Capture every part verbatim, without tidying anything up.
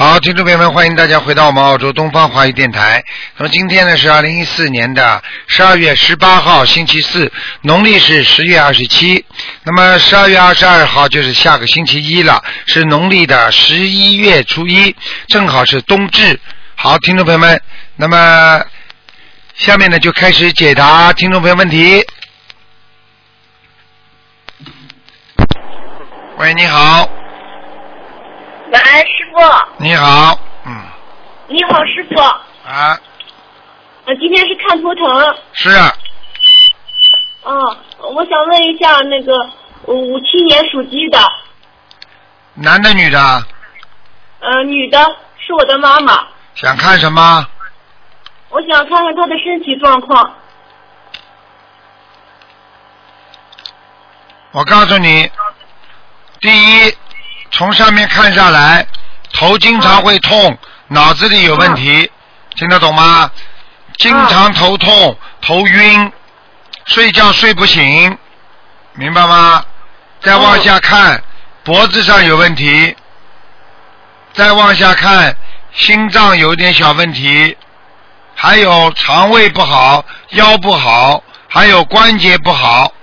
好，听众朋友们，欢迎大家回到我们澳洲东方华语电台。那么今天呢是二零一四年的十二月十八号，星期四，农历是十月二十七。那么十二月二十二号就是下个星期一了，是农历的十一月初一，正好是冬至。好，听众朋友们，那么下面呢就开始解答听众朋友问题。喂，你好。 喂，师傅。 你好，嗯。 你好，师傅。 啊。 呃，今天是看图腾。 是啊。 哦，我想问一下，那个五七年属鸡的。 男的女的？ 呃，女的，是我的妈妈。 想看什么？ 我想看看她的身体状况。 我告诉你，第一，从上面看下来，头经常会痛，脑子里有问题，听得懂吗？经常头痛、头晕，睡觉睡不醒，明白吗？再往下看，脖子上有问题，再往下看，心脏有点小问题，还有肠胃不好，腰不好，还有关节不好。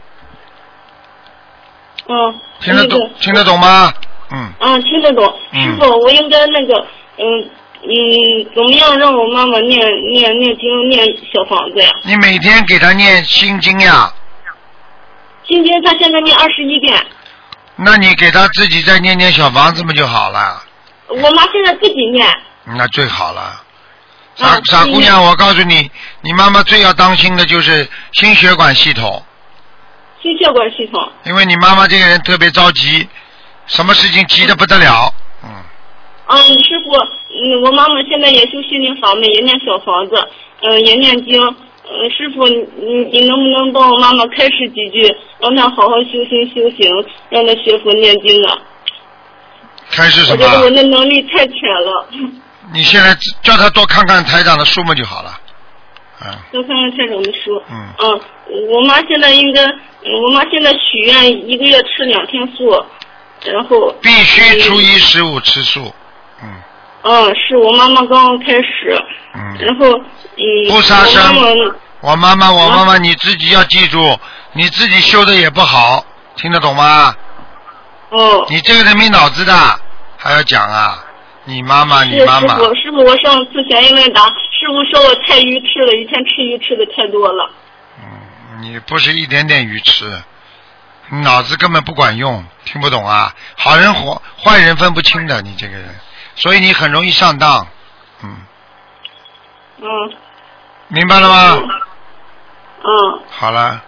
嗯， 听得懂、那个、听得懂吗？嗯。 嗯，听得懂。师傅，我应该那个嗯嗯，怎么样让我妈妈念念念经念小房子呀？ 你每天给她念心经呀。 心经她现在念二十一遍。 那你给她自己再念念小房子不就好了？ 我妈现在自己念。 那最好了。傻、啊、傻姑娘，我告诉你，你妈妈最要当心的就是心血管系统。 心血管系统。 因为你妈妈这个人特别着急，什么事情急得不得了。嗯。 嗯，师傅，嗯，我妈妈现在也修心灵法门，也念小房子，嗯、呃，也念经。嗯，师傅，你你能不能帮我妈妈开示几句，让她好好修心修行，让她学佛念经啊？ 开示什么？ 我觉得我的能力太浅了。 你现在叫她多看看台长的书嘛就好了。嗯。 多看看台长的书。 嗯。 嗯，我妈现在应该，我妈现在许愿一个月吃两天素，然后。 必须初一十五吃素。嗯。 嗯，是我妈妈刚刚开始。 嗯。 然后，嗯。 不杀生。 我妈妈，我妈妈，你自己要记住，你自己修的也不好，听得懂吗？ 哦。 你这个人没脑子的，还要讲啊？你妈妈，你妈妈。 师傅，师傅，我上次前一问答，师傅说我太愚痴了，以前吃鱼吃的太多了。 嗯，你不是一点点愚痴，你脑子根本不管用，听不懂啊？好人坏坏人分不清的，你这个人，所以你很容易上当。嗯。 嗯。 明白了吗？ 嗯。 好了。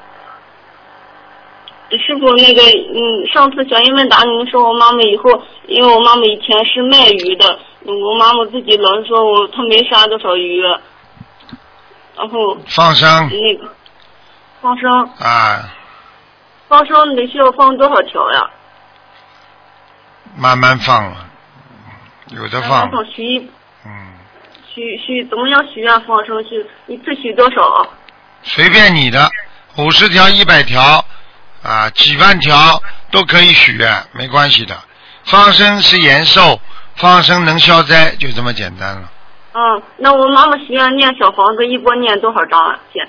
师傅，那个，嗯，上次小英问答，你们说我妈妈以后，因为我妈妈以前是卖鱼的，我妈妈自己老是说我她没杀多少鱼，然后放生那个放生啊， 放生得需要放多少条呀？ 慢慢放了，有的放。 慢慢放许嗯。 许许怎么样许愿放生？许一次许多少？ 随便你的，五十条、一百条。啊，几万条都可以许愿，没关系的。放生是延寿，放生能消灾，就这么简单了。 嗯，那我妈妈许愿念小房子，一波念多少章啊？先。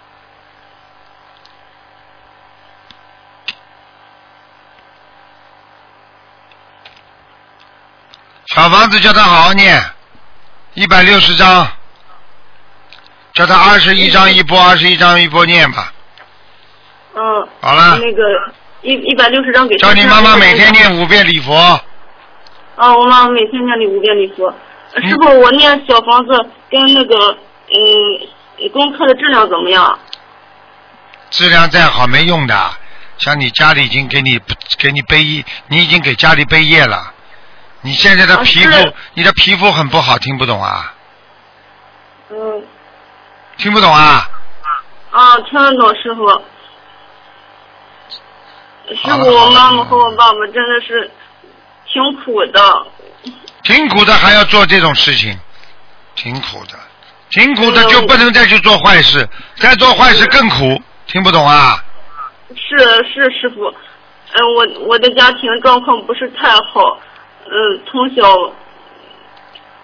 小房子叫他好好念，一百六十章，叫他二十一章一波，二十一章一波念吧。 嗯， 好了， 那个一一百六十张给。 叫你妈妈每天念五遍礼佛。 啊，我妈妈每天念五遍礼佛。嗯、师傅，我念小房子跟那个嗯功课的质量怎么样？ 质量再好没用的，像你家里已经给你给你背业，你已经给家里背业了。你现在的皮肤，啊、你的皮肤很不好，听不懂啊？ 嗯。 听不懂啊？ 啊，听得懂，师傅。师傅，我妈妈和我爸爸真的是挺苦的。 挺苦的还要做这种事情，挺苦的，挺苦的就不能再去做坏事，再做坏事更苦，听不懂啊？ 是是师傅，嗯、呃，我我的家庭状况不是太好，嗯、呃，从小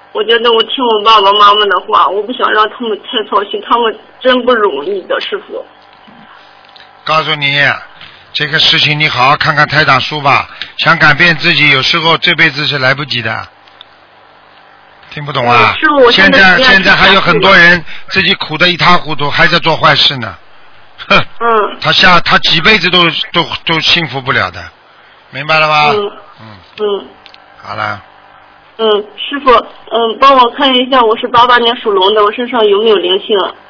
我觉得我听我爸爸妈妈的话，我不想让他们太操心，他们真不容易的，师傅。 告诉你，这个事情你好好看看台长书吧。想改变自己，有时候这辈子是来不及的。听不懂啊？ 师傅，我现在在现在还有很多人自己苦得一塌糊涂，还在做坏事呢。哼。 嗯。 他下他几辈子都都都幸福不了的，明白了吗？ 嗯。 嗯。 嗯。 好了。 嗯，师傅，嗯，帮我看一下，我是八八年属龙的，我身上有没有灵性啊？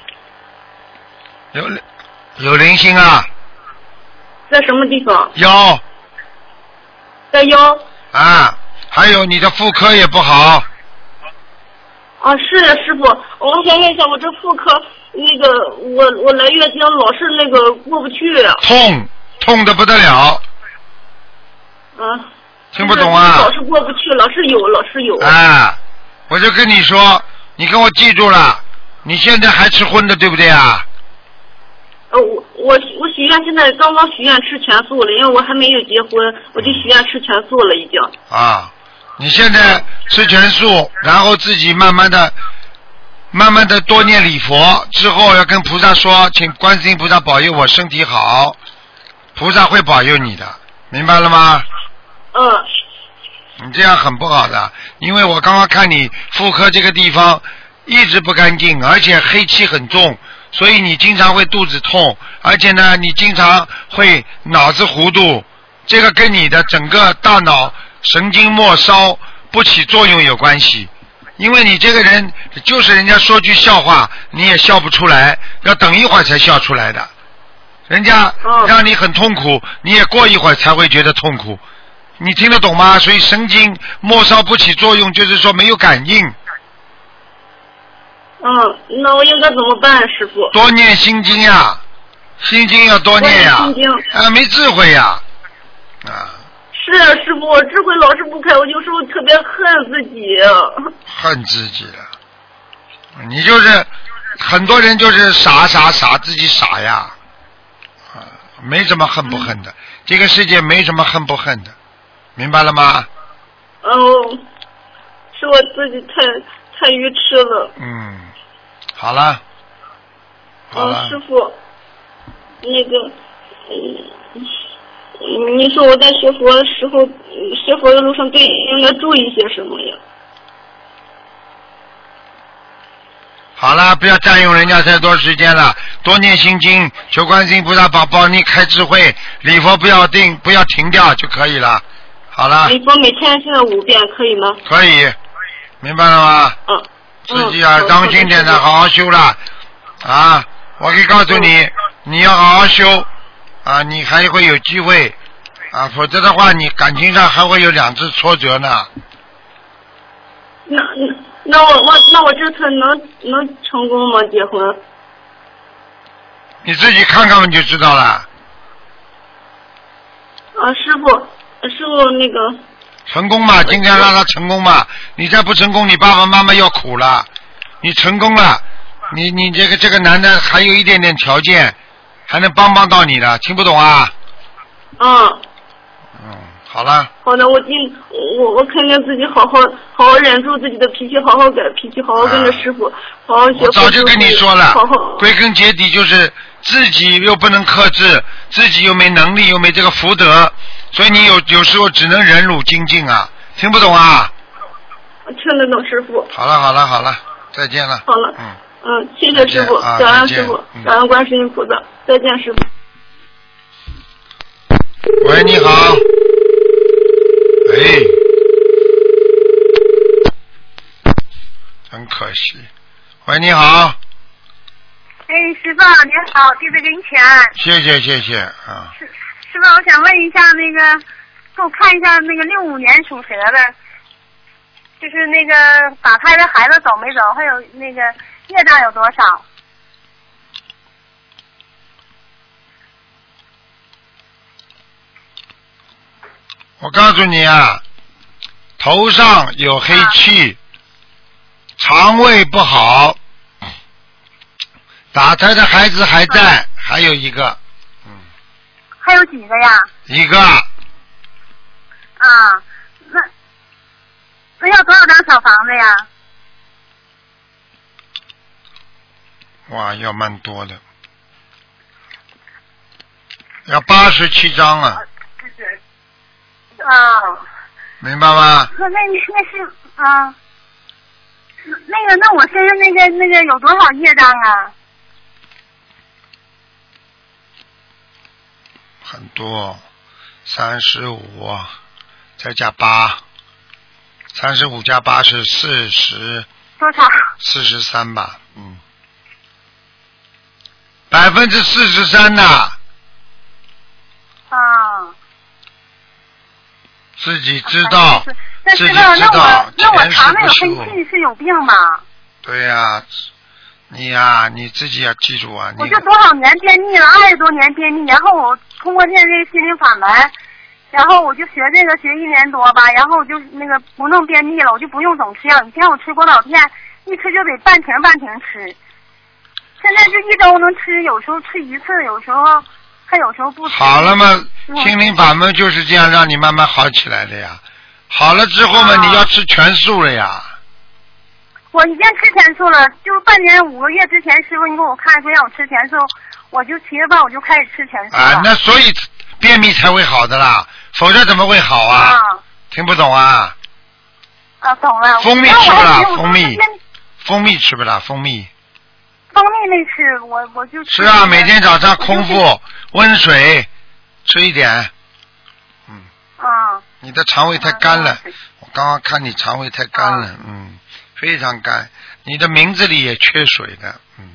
有有灵性啊。 在什么地方？ 有。 在腰。 啊，还有你的妇科也不好。 啊，是的，师傅，我想问一下，我这妇科那个，我我来月经老是那个过不去。 痛，痛得不得了。 啊。 听不懂啊？ 老是过不去，老是有，老是有。 啊，我就跟你说，你跟我记住了，你现在还吃荤的，对不对啊？ 呃，我我我许愿，现在刚刚许愿吃全素了，因为我还没有结婚，我就许愿吃全素了，已经。 啊，你现在吃全素，然后自己慢慢的、慢慢的多念礼佛，之后要跟菩萨说，请观世音菩萨保佑我身体好，菩萨会保佑你的，明白了吗？ 嗯。 你这样很不好的，因为我刚刚看你妇科这个地方一直不干净，而且黑气很重，所以你经常会肚子痛，而且呢，你经常会脑子糊涂，这个跟你的整个大脑神经末梢不起作用有关系。因为你这个人就是人家说句笑话你也笑不出来，要等一会儿才笑出来的，人家让你很痛苦，你也过一会儿才会觉得痛苦。你听得懂吗？所以神经末梢不起作用，就是说没有感应。 嗯，那我应该怎么办，师傅？ 多念心经呀，心经要多念呀。 心经。 啊，没智慧呀，啊。 是啊，师傅，我智慧老是不开，我有时候特别恨自己。 恨自己了，你就是很多人就是傻傻傻自己傻呀，啊，没什么恨不恨的，嗯、这个世界没什么恨不恨的。明白了吗？ 哦，是我自己太太愚痴了。 嗯，好了，好了。 嗯，师傅，那个，嗯，你说我在学佛的时候，学佛的路上对应该注意些什么呀？ 好了，不要占用人家太多时间了，多念心经，求观世音菩萨保帮你开智慧，礼佛不要定，不要停掉就可以了。好了。 礼佛每天现在五遍可以吗？ 可以，明白了吗？ 嗯。 自己啊，当心点的，好好修了啊！我可以告诉你，嗯、你要好好修啊，你还会有机会啊，否则的话，你感情上还会有两次挫折呢。 那那那我我那我这次能能成功吗？结婚？ 你自己看看你就知道了。 啊，师傅。师傅，那个成功嘛，尽量让他成功嘛。你再不成功，你爸爸妈妈要苦了。你成功了，你你这个这个男的还有一点点条件，还能帮帮到你的，听不懂啊？ 嗯。 嗯，好了。 好的，我今我我肯定自己好好好好忍住自己的脾气，好好改脾气，好好跟着师傅，啊、好好学。 我早就跟你说了， 好好归根结底就是自己又不能克制，自己又没能力，又没这个福德。所以你有有时候只能忍辱精进啊，听不懂啊？ 我听得懂，师傅。 好了好了好了，再见了。 好了， 嗯嗯，谢谢师傅，感恩师傅，感恩观世音菩萨，再见师傅。 喂，你好。哎，很可惜。喂，你好。 哎，师傅您好，弟子给你请安。 谢谢谢谢啊。 师师傅，我想问一下，那个给我看一下那个六五年属蛇的，就是那个打胎的孩子走没走，还有那个业障有多少？ 我告诉你啊，头上有黑气，啊、肠胃不好，打胎的孩子还在，啊、还有一个。 还有几个呀？ 一个。 啊，那那要多少张小小房子呀？ 哇，要蛮多的，要八十七张啊。 啊。 明白吗？ 那那那是啊，那个那我身上那个那个有多少业障啊？ 很多，三十五，再加八，三十五加八是四十。 多少？ 四十三吧，嗯，百分之四十三呐。 啊。 自己知道， 那自己知那我道， 那我前世肠子有不是我。 黑气是有病吗？ 对呀、啊，你呀、啊，你自己要记住啊！ 我这多少年便秘了，二十多年便秘，然后我通过念这个心灵法门，然后我就学这个学一年多吧，然后我就那个不弄便秘了，我就不用总吃药。以前我吃果导片，一吃就得半瓶半瓶吃，现在就一周能吃，有时候吃一次，有时候还有时候不吃。 好了嘛，心灵法门就是这样让你慢慢好起来的呀。好了之后嘛， 啊、 你要吃全素了呀。 我已经吃全素了，就半年五个月之前，师傅你给我看说让我吃全素，我就七月份我就开始吃全素了。 啊，那所以便秘才会好的啦，否则怎么会好啊？ 啊听不懂啊？ 啊，懂了。 蜂蜜吃不啦？蜂蜜，蜂蜜吃不啦？蜂蜜。 蜂蜜没吃，我我就吃。 是啊，每天早上空腹温水吃一点。嗯。 啊。 你的肠胃太干了，我刚刚看你肠胃太干了，啊、嗯，非常干。你的名字里也缺水的，嗯。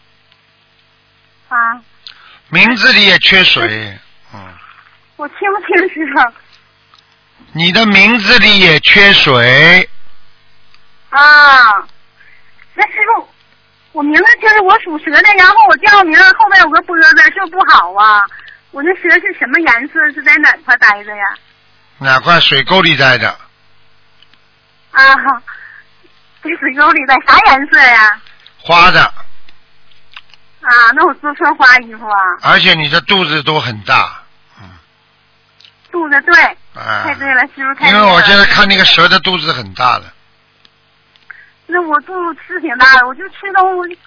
啊。 名字里也缺水，嗯。 我听不清师傅。 你的名字里也缺水。 啊，那师傅，我名字就是我属蛇的，然后我叫名后面有个波字，是不是不好啊？我那蛇是什么颜色？是在哪块待着呀？ 哪块水沟里待着？ 啊，在水沟里待，啥颜色呀？ 花的。 啊，那我都穿花衣服啊。 而且你的肚子都很大，嗯。 肚子对。 啊。 太对了，师傅太对了。 因为我现在看那个蛇的肚子很大了。 那我肚子是挺大的，我就吃东西，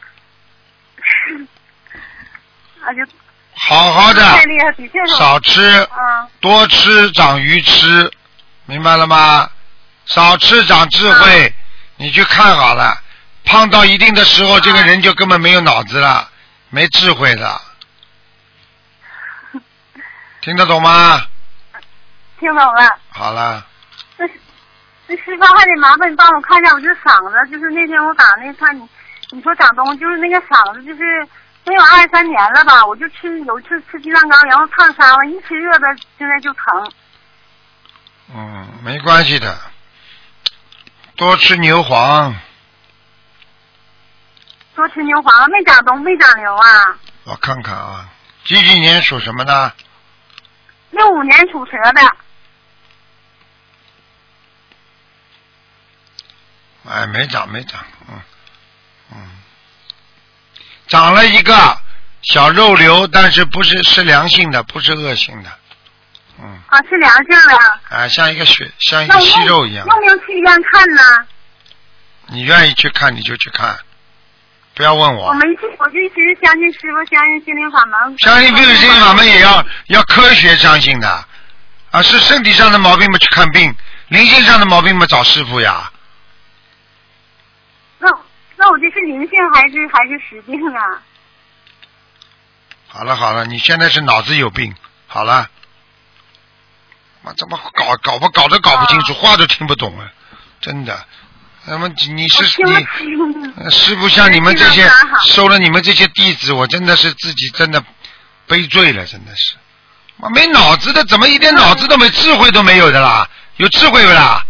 啊就。 好好的，少吃， 啊、 多吃长鱼吃，明白了吗？少吃长智慧，啊、你去看好了，胖到一定的时候，啊、这个人就根本没有脑子了，没智慧了。听得懂吗？ 听懂了。 好了。 那那师傅还得麻烦你帮我看一下，我这嗓子，就是那天我打那看你，你说长东西，就是那个嗓子就是。没有二十三年了吧？我就吃有一次吃鸡蛋糕，然后烫伤了，一吃热的现在就疼。 嗯，没关系的，多吃牛黄。 多吃牛黄，没长东，没长瘤啊？ 我看看啊，几几年属什么的？ 六五年属蛇的。 哎，没长，没长，嗯嗯。长了一个小肉瘤，但是不是是良性的，不是恶性的，嗯。 啊，是良性的。 啊，像一个血，像一个息肉一样。 用不用去医院看呢？ 你愿意去看你就去看，不要问我。 我没去，我就一直相信师傅，相信心灵法门。 相信心灵法门也要要科学相信的，啊，是身体上的毛病嘛去看病，灵性上的毛病嘛找师傅呀。 那。那我这是灵性还是还是实病啊？ 好了好了，你现在是脑子有病，好了。妈怎么搞搞不搞都搞不清楚，啊、话都听不懂啊！真的，那么你是你师傅像你们这些收了你们这些弟子，我真的是自己真的悲罪了，真的是。妈没脑子的，怎么一点脑子都没，智慧都没有的啦？有智慧不啦？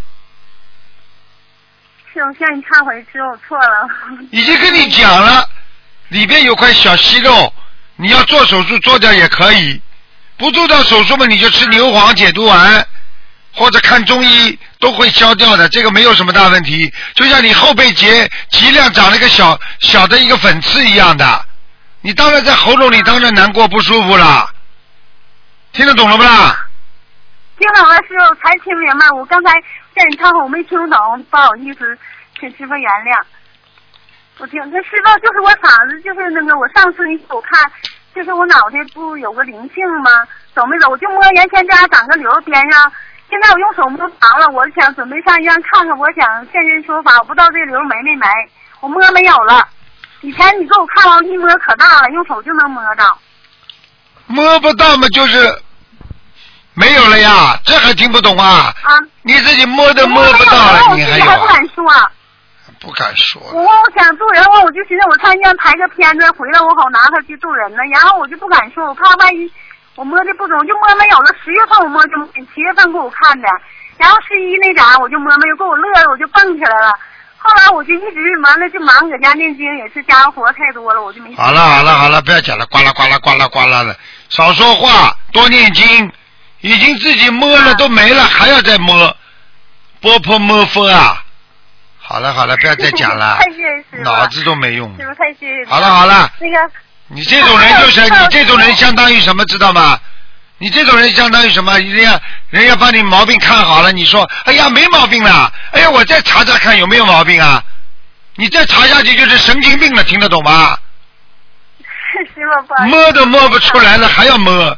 是我向你忏悔，师我错了。 已经跟你讲了，里边有块小息肉，你要做手术做掉也可以，不做掉手术嘛，你就吃牛黄解毒丸，或者看中医都会消掉的，这个没有什么大问题。就像你后背结脊梁长了一个小小的一个粉刺一样的，你当然在喉咙里当然难过不舒服了，听得懂了不啦？ 听听懂了，师傅才听明白。我刚才在你唱后我没听懂，不好意思，请师傅原谅。我听这师傅就是我嗓子，就是那个我上次你给我看，就是我脑袋不有个灵性吗？走没走？我就摸原先家长个瘤边上，现在我用手摸长了，我想准备上医院看看，我想现身说法，我不知道这瘤没没没，我摸没有了。以前你给我看完一摸可大了，用手就能摸到。 摸不到嘛，就是没有了呀，这还听不懂啊？ 啊！ 你自己摸都摸不到了，你还有、啊？ 还不敢说。 不敢说。 我我想渡人，我就寻思我上医院拍个片子，回来我好拿它去渡人呢。然后我就不敢说，我怕万一我摸的不准，就摸没有了。十月份我摸就七月份给我看的，然后十一那啥我就摸没有，给我乐的我就蹦起来了。后来我就一直完了就忙搁家念经，也是家活太多了，我就没。 好了好了好了，不要讲了，呱啦呱啦呱啦呱啦的，少说话，多念经。已经自己摸了都没了，还要再摸，波婆摸佛啊！好了好了，不要再讲了， 太谢谢脑子都没用。 师傅太谢谢。 好了好了， 那个你这种人就是你这种人相当于什么知道吗？你这种人相当于什么？人家人家把你毛病看好了，你说哎呀没毛病了，哎呀我再查查看有没有毛病啊？你再查下去就是神经病了，听得懂吗？ 师傅摸都摸不出来了，还要摸。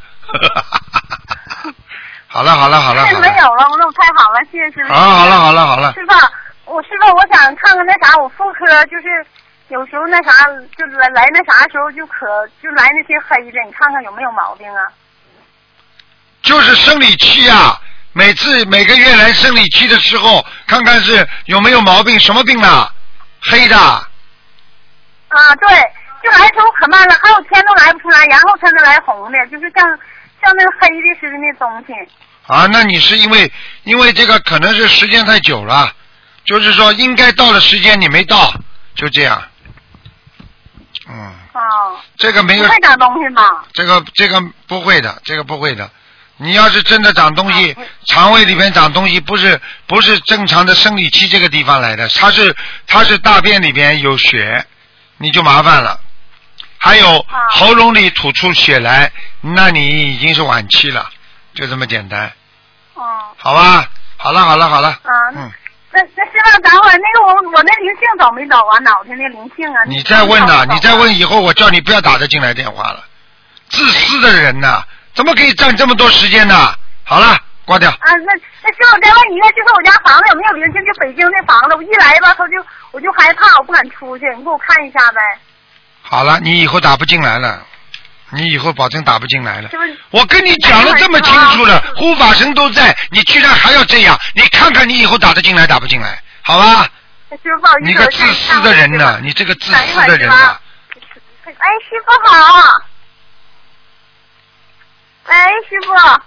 好了好了好了， 没有了，我那太好了，谢谢师傅。 啊，好了好了好了。 师傅，我师傅，我想看看那啥，我妇科就是有时候那啥，就来来那啥时候就可就来那些黑的，你看看有没有毛病啊？ 就是生理期啊，每次每个月来生理期的时候，看看是有没有毛病，什么病啊？黑的。啊， 对，就来时候可慢了，还有天都来不出来，然后才能来红的，就是像像那个黑的似的那东西。 啊，那你是因为因为这个可能是时间太久了，就是说应该到了时间你没到，就这样。嗯。 哦。 这个没有。 不会长东西吧？ 这个这个不会的，这个不会的。你要是真的长东西，啊、肠胃里面长东西，不是不是正常的生理期这个地方来的，它是它是大便里边有血，你就麻烦了。还有、啊、喉咙里吐出血来，那你已经是晚期了。就这么简单， 哦， 好吧，好了好了好了， 啊，嗯，那那师傅，等会儿那个我我那灵性走没走啊？脑袋那灵性啊？ 你再问呐，你再问以后我叫你不要打得进来电话了，自私的人呐，怎么可以占这么多时间呢？好了，挂掉。 啊，那那师傅再问一个，就是我家房子有没有灵性？就北京那房子，我一来吧，他就我就害怕，我不敢出去，你给我看一下呗。 好了，你以后打不进来了。你以后保证打不进来了。我跟你讲了这么清楚了，护法神都在，你居然还要这样？你看看你以后打得进来打不进来，好吧？你个自私的人呢，你这个自私的人呢。 哎，师傅好。喂，师傅。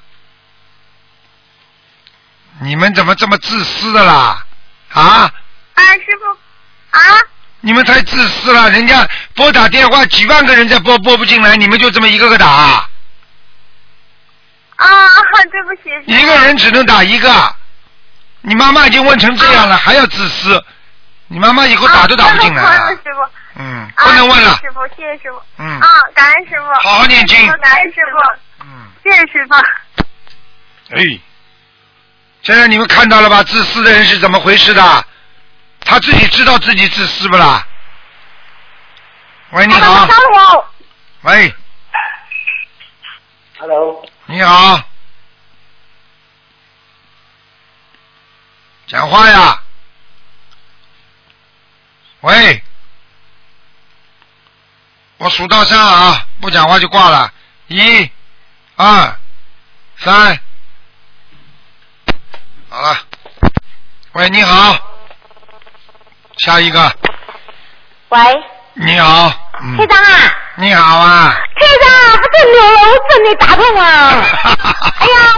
你们怎么这么自私的啦？啊？ 啊，师傅。啊？ 你们太自私了，人家拨打电话几万个人在拨拨不进来，你们就这么一个个打。啊， 对不起。 一个人只能打一个，你妈妈已经问成这样了，啊、还要自私，你妈妈以后打都打不进来了。 啊、师傅。 嗯，不能问了。 师傅，谢谢师傅。 嗯。 啊，感恩师傅。 好好念经。 感恩师傅。嗯。谢谢师傅。 哎，现在你们看到了吧？自私的人是怎么回事的？他自己知道自己自私不啦？喂，你好。喂。 Hello。 你好。讲话呀。喂。我数到三啊，不讲话就挂了。一、二、三。好了。喂，你好。下一个。 喂。 你好。嗯、 队长啊。 你好啊。 队长，不是我，我真的打通了。哎呀，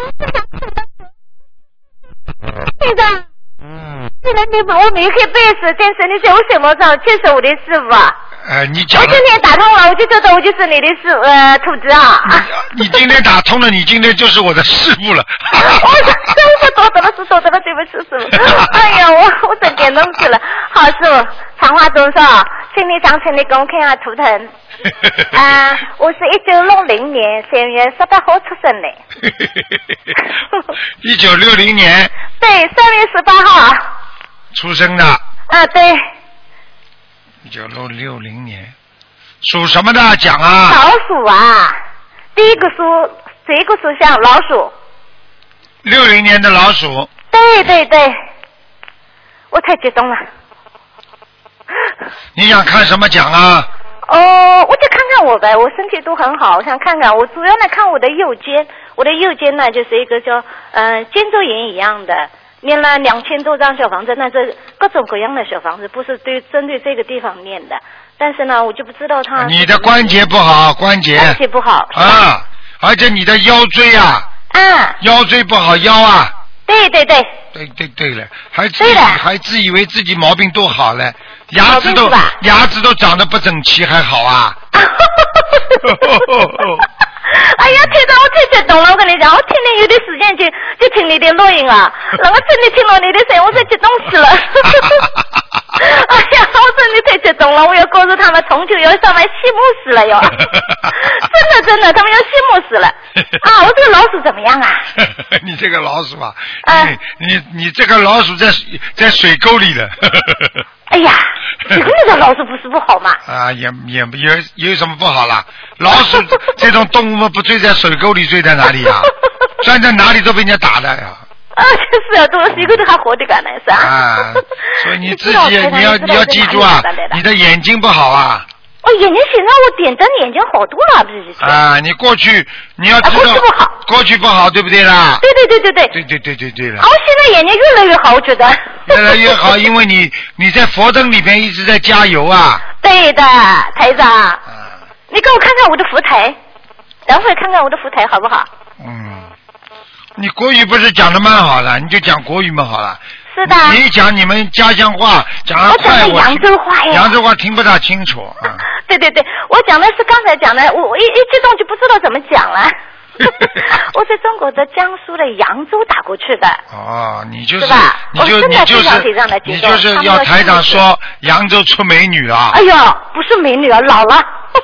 队长。嗯。现在你把我每天背时间是你在我什么上确实我的师傅啊。 呃，你讲。 我今天打通了，我就觉得我就是你的师呃徒子啊。 你, 你今天打通了，你今天就是我的师傅了。 我真是多得了，是多得了，对不起师傅。哎呀，我我真点东西了。好师傅，长话短说， 请你长，请你给我看下图腾。啊，我是一九六零年三月十八号出生的。 一九六零年。 对，三月十八号。 出生的。 啊，对。 一九六六零年，属什么的？讲啊。 老鼠啊，第一个属，这个属相老鼠。 六零年的老鼠。 对对对，我太激动了。 你想看什么讲啊？ 哦，我就看看我呗，我身体都很好，我想看看。我主要呢看我的右肩，我的右肩呢就是一个叫呃肩周炎一样的，念了两千多张小房子，那这各种各样的小房子，不是对针对这个地方念的。但是呢，我就不知道它。 你的关节不好，关节。 关节不好。 啊，而且你的腰椎啊。 啊。 腰椎不好，腰啊。 对对对。 对对对了，还自己还自以为自己毛病都好了，牙齿都牙齿都长得不整齐，还好啊。 哎呀，台长，我太激动了！我跟你讲，我天天有点时间就就听你的录音啊，然后真的听到你的声音，我才激动死了。哎呀，我真的太激动了！我要告诉他们，从九要上来谢幕死了哟！真的真的，他们要谢幕死了啊！我这个老鼠怎么样啊？ 你这个老鼠啊，啊你你你这个老鼠在在水沟里了。 哎呀，水沟里的老鼠不是不好吗？ 啊，也也有有什么不好啦？老鼠这种动物们不醉在水沟里，醉在哪里呀？钻在哪里都被人家打的呀。 啊，就是啊，这个水沟里还活得干呢是啊。 啊，所以你自己你要你要记住啊，你的眼睛不好啊。 哦，眼睛现在我点灯眼睛好多了，不是？ 啊，你过去你要知道， 过去不好， 过去不好，对不对啦？ 对对对对对。 对对对对对了。 啊，我现在眼睛越来越好，我觉得。 越来越好，因为你你在佛灯里边一直在加油啊。 对的，台长。啊。你给我看看我的福台，等会看看我的福台好不好？ 嗯。你国语不是讲的蛮好的，你就讲国语嘛好了。 是的。 你讲你们家乡话，讲得快， 我讲扬州话呀。 扬州话听不大清楚啊。 对对对，我讲的是刚才讲的，我我一一激动就不知道怎么讲了。我是中国的江苏的扬州打过去的。 哦，你就是， 是吧？ 你就你就是你就是要台长说扬州出美女啊！ 哎呦，不是美女啊，老了。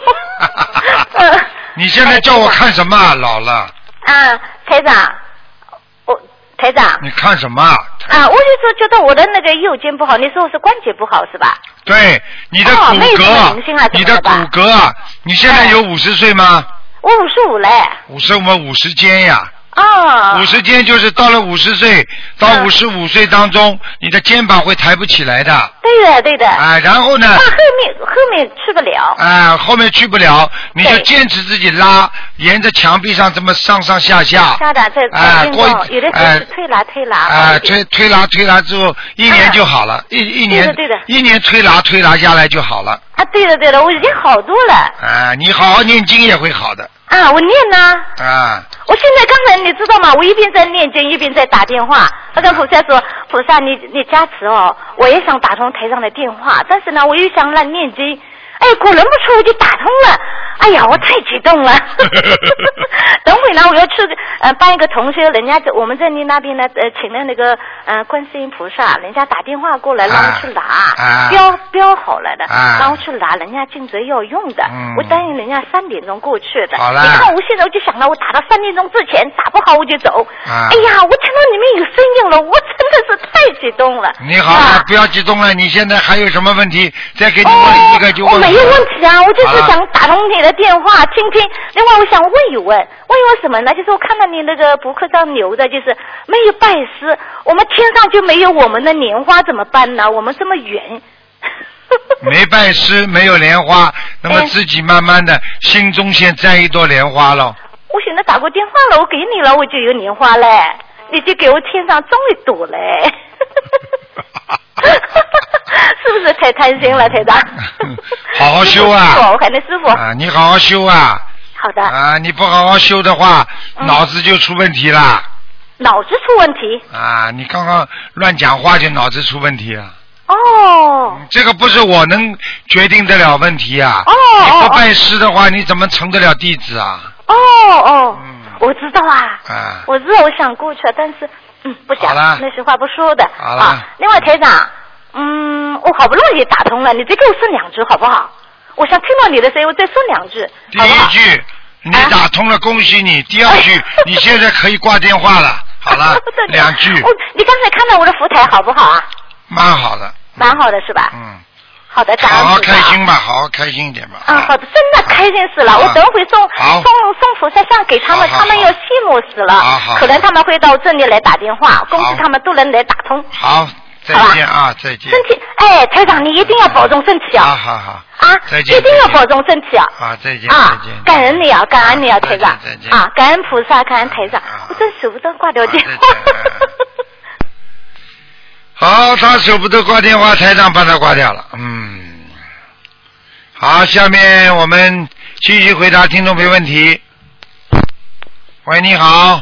你现在叫我看什么？老了。 啊，台长。台长， 你看什么？啊， 我就说觉得我的那个右肩不好，你说我是关节不好是吧？ 对，你的骨骼， 哦、 你的骨骼啊，你现在有五十岁吗？ 我五十五嘞。 五十，我们五十肩呀。 哦。 五十肩就是到了五十岁到五十五岁当中，嗯，你的肩膀会抬不起来的。 对的，对的。 啊，然后呢？ 后面后面去不了。 啊，后面去不了，你就坚持自己拉，沿着墙壁上这么上上下下。 下的在啊，过有的时候是推拉推拉。 啊，推推拉推拉之后，一年就好了，一一年对的对的，一年推拉推拉下来就好了。 啊，对的对的，我已经好多了。 啊，你好好念经也会好的。 啊，我念呢。 啊。 我现在刚才你知道吗？我一边在念经，一边在打电话。我跟菩萨说：“菩萨，你你加持哦，我也想打通台上的电话，但是呢，我又想来念经。”哎，果然不错，我就打通了。哎呀，我太激动了。等会呢，我要去呃帮一个同学，人家我们在你那边呢呃请了那个呃观世音菩萨，人家打电话过来让我去拿， 啊、 标标好了的， 啊、 让我去拿，人家颈椎要用的， 嗯、 我答应人家三点钟过去的。 好了。 你看我现在我就想了，我打到三点钟之前打不好我就走。 啊、 哎呀，我听到里面有声音了，我真的是太激动了。 你好了，啊、不要激动了，你现在还有什么问题？再给你问一个就问。 哦、我没有问题啊，我就是想打通你的电话听听。另外，我想问一问，问一问什么呢？就是我看到你那个博客上留的，就是没有拜师，我们天上就没有我们的莲花怎么办呢？我们这么远。 没拜师，没有莲花，那么自己慢慢的、哎、心中先栽一朵莲花了。 我现在打过电话了，我给你了，我就有莲花嘞，你就给我天上种一朵嘞。是不是太贪心了，台长？ 好好修啊！ 我看你师傅啊，你好好修啊！ 好的啊，你不好好修的话，嗯、脑子就出问题了。 脑子出问题？ 啊，你刚刚乱讲话就脑子出问题了。 哦。 这个不是我能决定得了问题啊！ 哦。 你不拜师的话，你怎么成得了弟子啊？ 哦哦。嗯。我知道啊。 啊。 我知道，我想过去，但是嗯，不讲，那些话不说的。 好了。 啊，另外台长。嗯， 嗯，我好不容易打通了，你再给我说两句好不好？我想听到你的声音，我再说两句， 第一句你打通了，恭喜你。第二句你现在可以挂电话了。好了，两句。 我你刚才看到我的福台好不好啊？ 蛮好的。 蛮好的是吧？ 嗯。 好的，感恩好好开心吧，好好开心一点吧。 啊，好的，真的开心死了！我等会送送送菩萨像给他们，他们要羡慕死了。可能他们会到这里来打电话，恭喜他们都能来打通。 好，再见啊，再见。 身体，哎，台长，你一定要保重身体啊！ 好好好。 啊， 再见。 一定要保重身体啊！ 啊，再见。 啊，感恩你啊，感恩你啊，台长。 再见。 啊，感恩菩萨，感恩台长，我真舍不得挂掉电话。 好，他舍不得挂电话，台长把他挂掉了。嗯，好，下面我们继续回答听众朋友问题。喂，你好。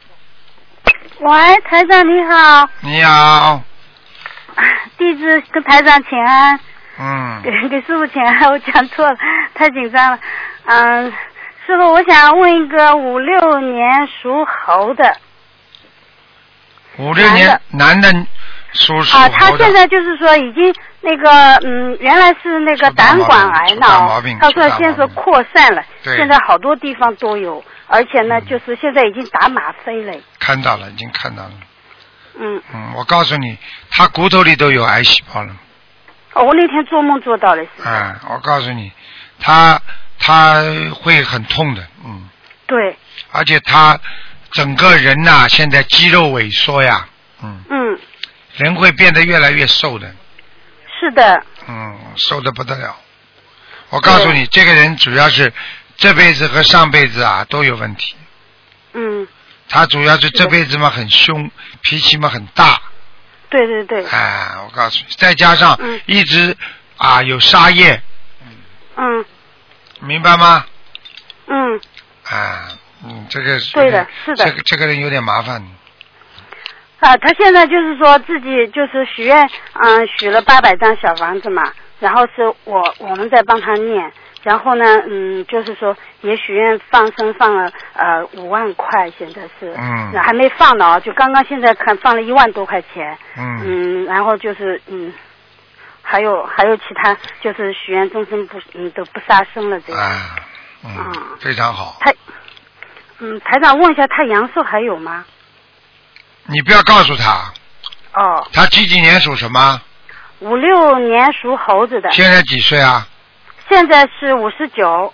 喂，台长你好。 你好。 弟子跟台长请安。 嗯。 给给师傅请安，我讲错了，太紧张了。嗯，师傅，我想问一个五六年属猴的。 五六年男的。属属啊，他现在就是说已经那个嗯，原来是那个胆管癌呢，他说现在扩散了，现在好多地方都有，而且呢，嗯、就是现在已经打吗啡了。 看到了，已经看到了。 嗯。 嗯，我告诉你，他骨头里都有癌细胞了。 哦，我那天做梦做到了。 啊、嗯，我告诉你，他他会很痛的，嗯。 对。 而且他整个人呐、啊，现在肌肉萎缩呀，嗯。 嗯。 人会变得越来越瘦的。 是的。 嗯，瘦得不得了。我告诉你，这个人主要是这辈子和上辈子啊都有问题。 嗯。 他主要是这辈子嘛很凶，脾气嘛很大。 对对对。 哎，我告诉你，再加上一直、嗯、啊有杀业。 嗯。 明白吗？ 嗯。 啊，嗯，这个是对的，是的。 这个这个人有点麻烦。 啊，他现在就是说自己就是许愿，嗯，许了八百张小房子嘛，然后是我我们在帮他念，然后呢，嗯，就是说也许愿放生放了呃五万块，现在是， 嗯， 还没放呢，就刚刚现在看放了一万多块钱， 嗯， 嗯，然后就是嗯，还有还有其他就是许愿终身不嗯都不杀生了这个， 啊，嗯，嗯非常好。 他，嗯，台长问一下，他阳寿还有吗？ 你不要告诉他。 哦。 他几几年属什么？ 五六年属猴子的。 现在几岁啊？ 现在是五十九。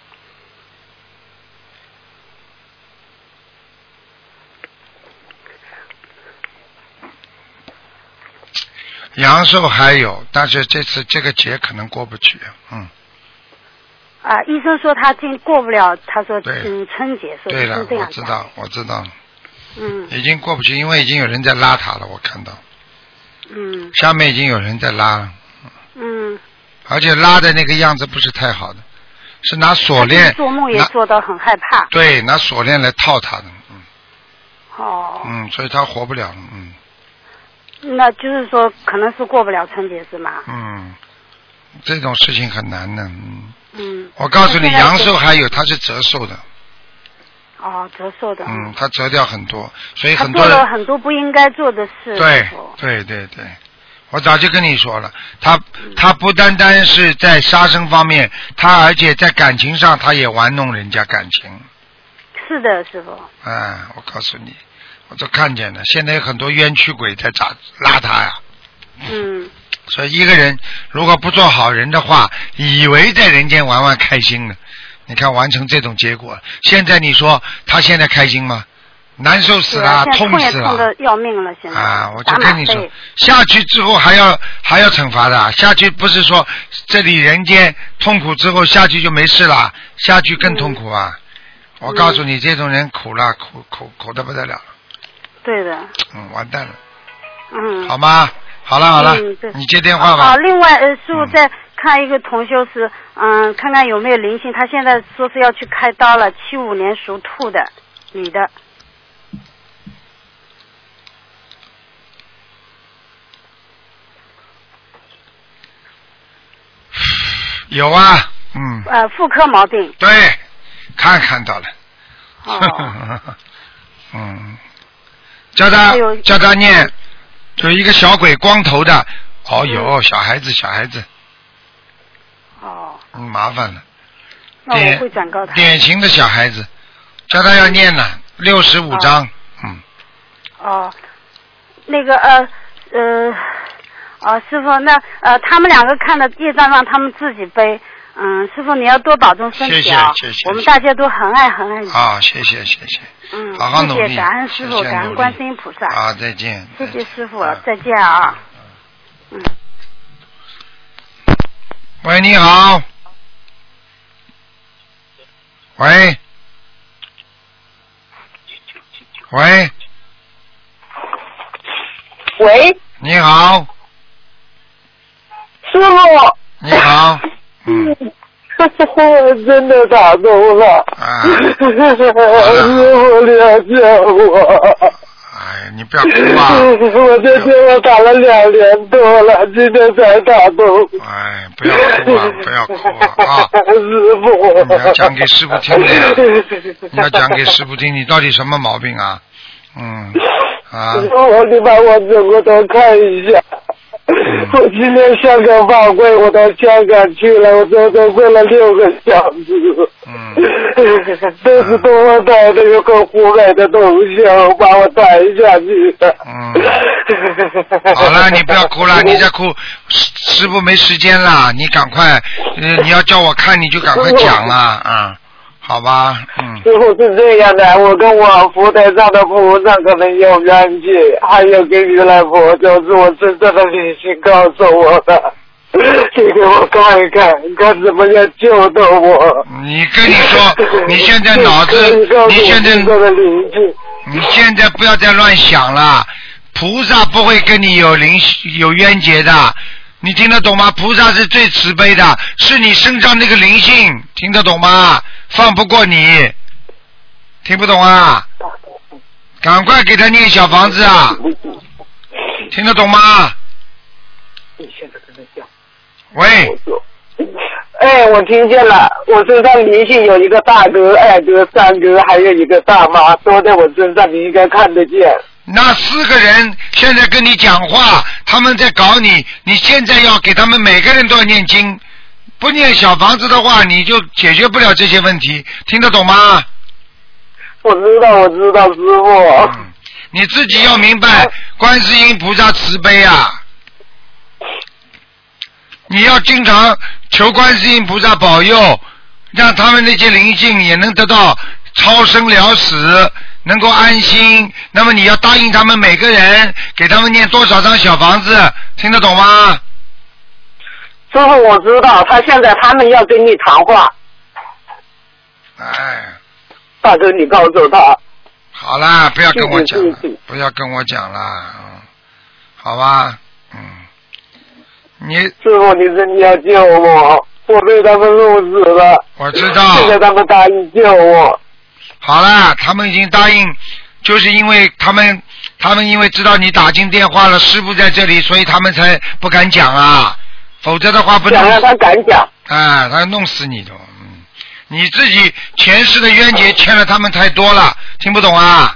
阳寿还有，但是这次这个节可能过不去，嗯。 啊，医生说他今过不了，他说嗯春节，说对了， 这样我知道，我知道。 嗯， 已经过不去，因为已经有人在拉他了，我看到。 嗯。 下面已经有人在拉了。 嗯。 而且拉的那个样子不是太好的，是拿锁链。 做梦也做到很害怕。 对，拿锁链来套他的，嗯。 哦。 嗯，所以他活不了了，嗯。 那就是说，可能是过不了春节是吗？ 嗯，这种事情很难的，嗯。 嗯。 我告诉你，阳寿还有，他是折寿的。 哦，折寿的。 嗯，他折掉很多，所以很多人他做了很多不应该做的事。 对对对对，我早就跟你说了，他、嗯、他不单单是在杀生方面，他而且在感情上他也玩弄人家感情。 是的，师傅。 哎，我告诉你，我都看见了，现在有很多冤屈鬼在抓拉他呀。 嗯。 所以一个人如果不做好人的话，以为在人间玩玩开心呢。你看完成这种结果，现在你说他现在开心吗？难受死了， 啊、 痛死了， 痛得要命了。现在啊，我就跟你说，下去之后还要还要惩罚的，下去不是说这里人间痛苦之后下去就没事了，下去更痛苦啊！嗯、我告诉你，这种人苦了，苦苦苦得不得了。 对的。 嗯，完蛋了。 嗯。 好吗？好了好了， 嗯、 你接电话吧。 好，另外呃，师傅在。看一个同修是，嗯，看看有没有灵性。他现在说是要去开刀了，七五年属兔的女的。 有啊，嗯。 呃，妇科毛病。 对，看看到了。 哦。 嗯，叫他叫他念，有一个小鬼，光头的， 哦，有小孩子，小孩子。 哦。 嗯，麻烦了。 那我会转告他。 典型的小孩子，叫他要念了六十五章。嗯。 哦，那个呃呃，哦，师傅，那呃，他们两个看的业障让他们自己背。嗯，师傅你要多保重身体啊！ 谢谢谢谢。 我们大家都很爱很爱你。 啊，谢谢谢谢。 嗯， 好好努力。 谢谢感恩师傅，感恩观世音菩萨。 啊，再见。 谢谢师傅，再见啊。嗯。 喂，你好。喂。喂。 喂。 你好。 师傅。 你好。嗯。 我真的打通了。 啊。 师傅了解我。 哎，你不要哭啊！ 我这电话打了两年多了，今天才打通。 哎，不要哭啊！不要哭啊！啊， 师傅， 你要讲给师傅听的呀！你要讲给师傅听，你到底什么毛病啊？嗯，啊。 师傅，你把我整个都看一下。我今天香港法会，我到香港去了，我整整跪了六个小时。 嗯。 都是东方台的有个湖北的同修把我抬下去的。 嗯。好了，你不要哭了，你再哭，师师傅没时间了，你赶快，呃，你要叫我看你就赶快讲了啊。好吧，嗯。 师傅是这样的，我跟我佛台上的菩萨可能有冤结，还有跟如来佛就是我真正的灵性告诉我的，请给我看一看，看怎么样救到我。 你跟你说，你现在脑子，你现在，你现在不要再乱想了，菩萨不会跟你有灵有冤结的。你听得懂吗？菩萨是最慈悲的，是你身上那个灵性，听得懂吗？放不过你，听不懂啊？赶快给他念小房子啊！听得懂吗？喂。 哎，我听见了，我身上灵性有一个大哥、二哥、三哥，还有一个大妈，都在我身上，你应该看得见。 那四个人现在跟你讲话，他们在搞你，你现在要给他们每个人都要念经，不念小房子的话，你就解决不了这些问题，听得懂吗？ 我知道，我知道，师傅。 嗯，你自己要明白，观世音菩萨慈悲啊！你要经常求观世音菩萨保佑，让他们那些灵性也能得到超生了死，能够安心。那么你要答应他们每个人，给他们念多少张小房子，听得懂吗？ 师傅，我知道，他现在他们要跟你谈话。 哎。 大哥，你告诉他。 好啦，不要跟我讲了，不要跟我讲了，嗯，好吧，嗯。你师傅，你说你要救我，我被他们弄死了。 我知道。 现在他们答应救我。 好了，他们已经答应，就是因为他们，他们因为知道你打进电话了，师傅在这里，所以他们才不敢讲啊。否则的话不能。 想让他敢讲。 啊，他弄死你的，嗯，你自己前世的冤结欠了他们太多了，听不懂啊？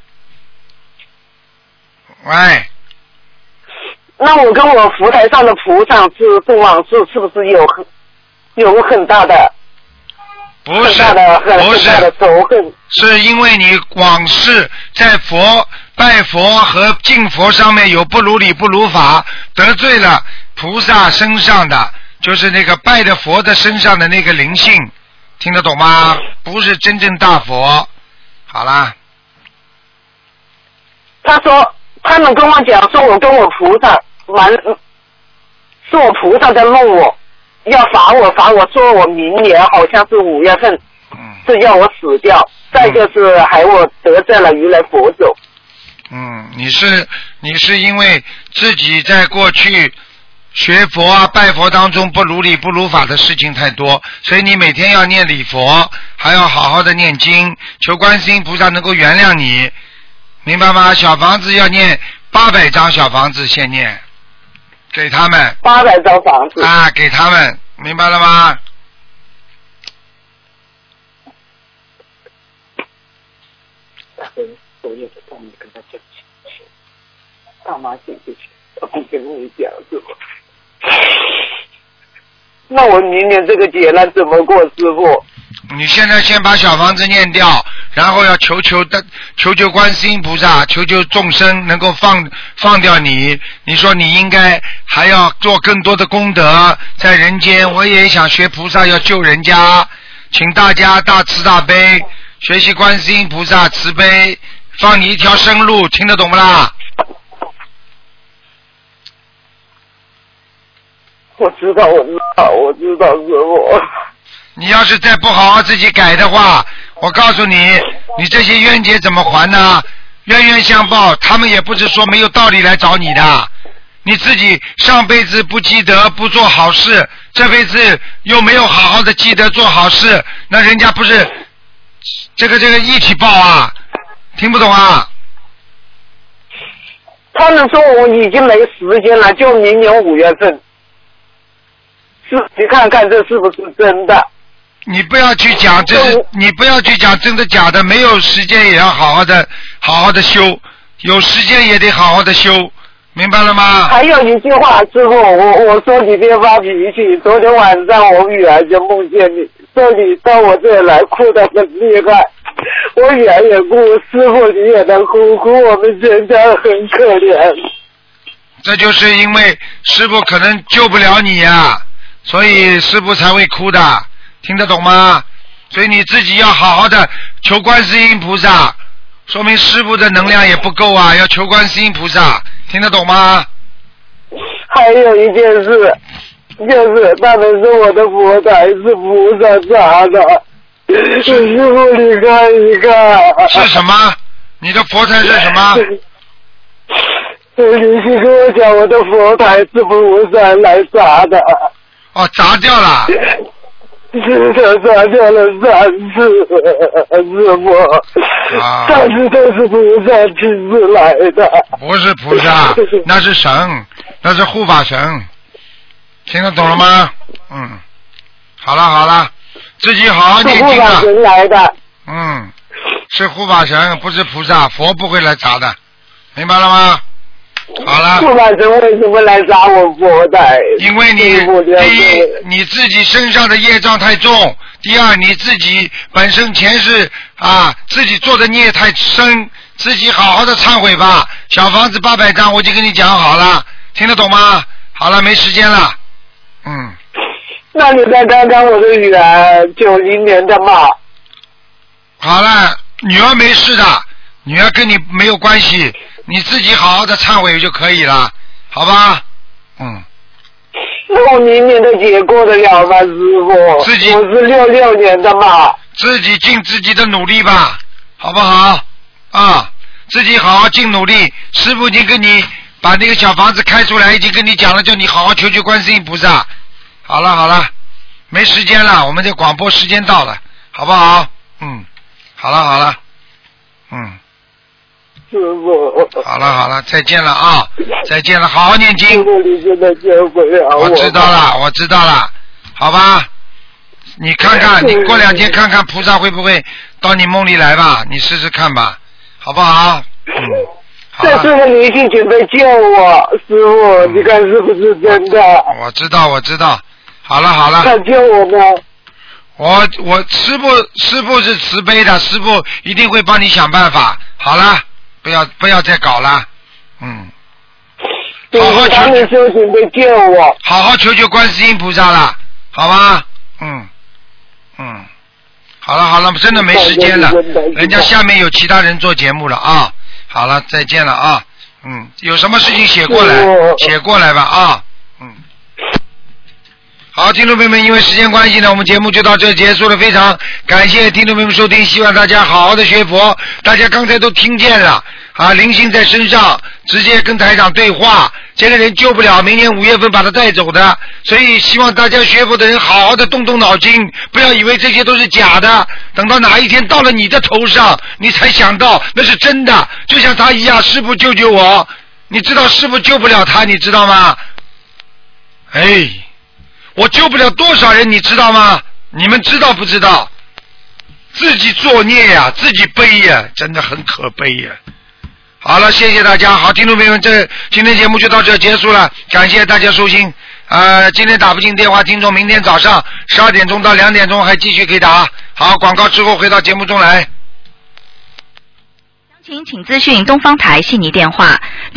喂。 那我跟我佛台上的菩萨是不往事，是不是有很有很大的不是很大的很不是很大的仇恨？ 是因为你往事在佛拜佛和敬佛上面有不如理不如法，得罪了菩萨身上的，就是那个拜的佛的身上的那个灵性，听得懂吗？不是真正大佛。好啦。 他说。他们跟我讲说，我跟我菩萨玩，是我菩萨在弄我，要罚我罚我，说我明年好像是五月份，是要我死掉。再就是还我得罪了如来佛祖。 嗯，你是你是因为自己在过去学佛啊拜佛当中不如理不如法的事情太多，所以你每天要念礼佛，还要好好的念经，求观世音菩萨能够原谅你。明白吗？小房子要念八百张小房子，先念给他们。 八百张房子啊，给他们，明白了吗？ 大妈进去， 我不跟你讲是吧？那我明年这个劫难怎么过，师傅？ 你现在先把小房子念掉，然后要求求的求求观世音菩萨，求求众生能够放放掉你。你说你应该还要做更多的功德在人间，我也想学菩萨要救人家，请大家大慈大悲，学习观世音菩萨慈悲，放你一条生路，听得懂不啦？ 我知道，我知道，我知道，师傅。 你要是再不好好自己改的话，我告诉你，你这些冤结怎么还呢？冤冤相报，他们也不是说没有道理来找你的。你自己上辈子不积德，不做好事，这辈子又没有好好的积德做好事，那人家不是这个这个一起报啊？听不懂啊？ 他们说我已经没时间了，就明年五月份。是，你看看这是不是真的？ 你不要去讲，这是你不要去讲真的假的，没有时间也要好好的好好的修，有时间也得好好的修，明白了吗？ 还有一句话，师傅，我我说你别发脾气。昨天晚上我女儿就梦见你，说你到我这里来哭得很厉害，我女儿也哭，师傅你也能哭，哭我们全家很可怜。 这就是因为师父可能救不了你呀、啊，所以师父才会哭的。听得懂吗？所以你自己要好好的求观世音菩萨，说明师父的能量也不够啊，要求观世音菩萨，听得懂吗？ 还有一件事，就是他们说我的佛台是菩萨砸的，师父你看一看。 是什么？你的佛台是什么？ 你是跟我讲我的佛台是菩萨来砸的。 哦，砸掉了。 是的，砸掉了三次，师傅。 啊。 三次都是菩萨亲自来的。 不是菩萨，那是神，那是护法神。听得懂了吗？嗯。好了好了，自己好好念经啊。 是护法神来的。 嗯，是护法神，不是菩萨，佛不会来砸的，明白了吗？好了。 护法神为什么来砸我佛台？ 因为你第一你自己身上的业障太重，第二你自己本身前世啊自己做的孽太深，自己好好的忏悔吧。小房子八百张我已经跟你讲好了，听得懂吗？好了，没时间了。嗯。 那你再看看我的女儿，九零年的嘛。 好了，女儿没事的，女儿跟你没有关系。你自己好好的忏悔就可以了，好吧？嗯。 那我明年的节过得了吗，师傅？ 自己。 我是六六年的嘛。 自己尽自己的努力吧，好不好？啊，自己好好尽努力。师父已经跟你把那个小房子开出来，已经跟你讲了，叫你好好求求观世音菩萨。好了好了，没时间了，我们的广播时间到了，好不好？嗯，好了好了，嗯。 师傅， 好了好了，再见了啊！再见了，好好念经。 师傅，你现在救不了我。 我知道了，我知道了，好吧？你看看，你过两天看看菩萨会不会到你梦里来吧？你试试看吧，好不好？嗯。 这是个灵性准备救我，师傅，你看是不是真的？ 我知道，我知道。好了好了。 他救我吗？ 我我师父师父是慈悲的，师父一定会帮你想办法。好了。不要不要再搞了，嗯，好好求求准备救我， 好好求求观世音菩萨了，好吧？嗯嗯，好了好了，真的没时间了，人家下面有其他人做节目了啊。好了，再见了啊。嗯，有什么事情写过来，写过来吧啊。嗯。好，听众朋友们，因为时间关系呢，我们节目就到这结束了。非常感谢听众朋友们收听，希望大家好好的学佛。大家刚才都听见了啊，灵性在身上，直接跟台长对话，这个人救不了，明年五月份把他带走的。所以希望大家学佛的人好好的动动脑筋，不要以为这些都是假的，等到哪一天到了你的头上，你才想到那是真的。就像他一样，师父救救我，你知道师父救不了他，你知道吗？哎。我救不了多少人，你知道吗？你们知道不知道？自己作孽呀、啊，自己背呀、啊，真的很可悲呀、啊。 好了，谢谢大家。好，听众朋友们，这今天节目就到这结束了，感谢大家收听。呃，今天打不进电话，听众明天早上十二点钟到两点钟还继续可以打。好，广告之后回到节目中来。 详情请咨询东方台悉尼电话。